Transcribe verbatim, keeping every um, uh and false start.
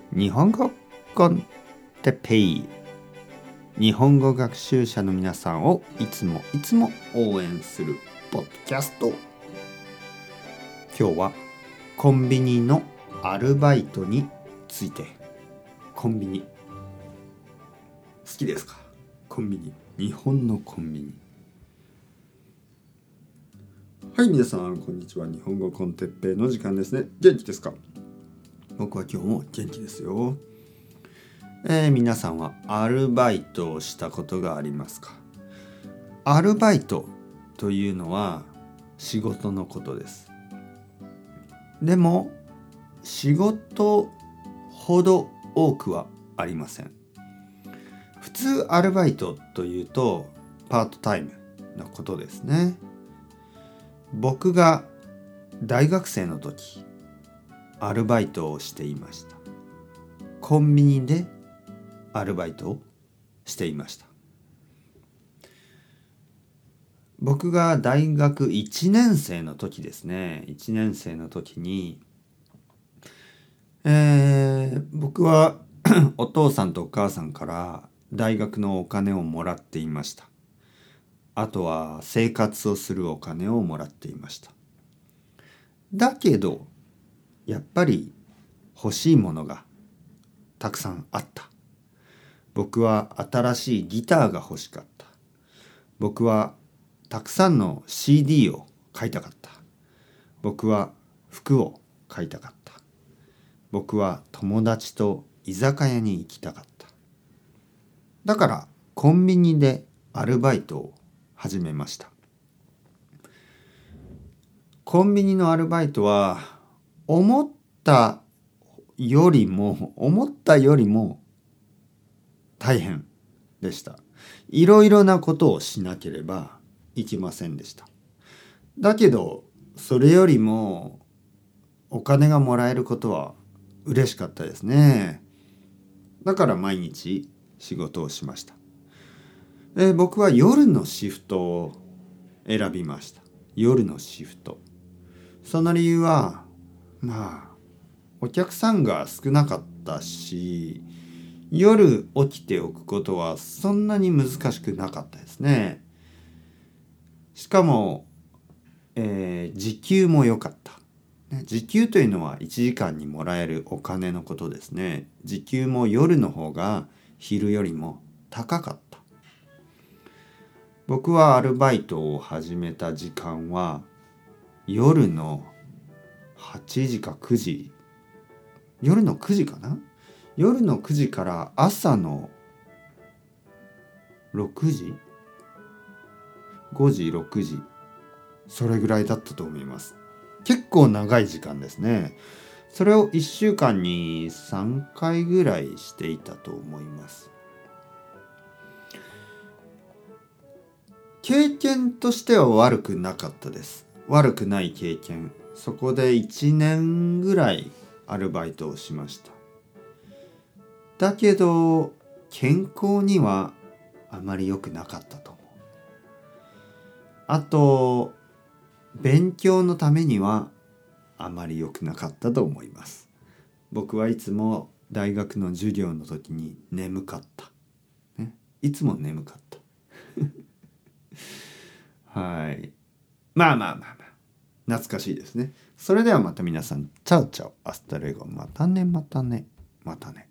日本語コンテッペイ、日本語学習者の皆さんをいつもいつも応援するポッドキャスト。今日はコンビニのアルバイトについて。コンビニ好きですか？コンビニ、日本のコンビニ。はい、皆さんこんにちは。日本語コンテッペイの時間ですね。元気ですか？僕は今日も元気ですよ。えー、皆さんはアルバイトをしたことがありますか？アルバイトというのは仕事のことです。でも仕事ほど多くはありません。普通アルバイトというとパートタイムのことですね。僕が大学生の時アルバイトをしていました。コンビニでアルバイトをしていました。僕が大学いちねん生の時ですね。いちねん生の時に、えー、僕はお父さんとお母さんから大学のお金をもらっていました。あとは生活をするお金をもらっていました。だけどやっぱり欲しいものがたくさんあった。僕は新しいギターが欲しかった。僕はたくさんの シーディー を買いたかった。僕は服を買いたかった。僕は友達と居酒屋に行きたかった。だからコンビニでアルバイトを始めました。コンビニのアルバイトは思ったよりも思ったよりも大変でした。いろいろなことをしなければいけませんでした。だけどそれよりもお金がもらえることは嬉しかったですね。だから毎日仕事をしました。え僕は夜のシフトを選びました。夜のシフト。その理由はまあお客さんが少なかったし、夜起きておくことはそんなに難しくなかったですね。しかも、えー、時給も良かった。時給というのはいちじかんにもらえるお金のことですね。時給も夜の方が昼よりも高かった。僕はアルバイトを始めた時間は夜のはちじかくじ、夜のくじかな？夜のくじから朝のろくじ、ごじ、ろくじ、それぐらいだったと思います。結構長い時間ですね。それをいっしゅうかんにさんかいぐらいしていたと思います。経験としては悪くなかったです。悪くない経験。そこでいちねんぐらいアルバイトをしました。だけど健康にはあまり良くなかったと思う。あと勉強のためにはあまり良くなかったと思います。僕はいつも大学の授業の時に眠かった、ね、いつも眠かったはい。まあまあまあまあ懐かしいですね。それではまた皆さん、チャウチャウ、アスタレゴ、またねまたねまたね。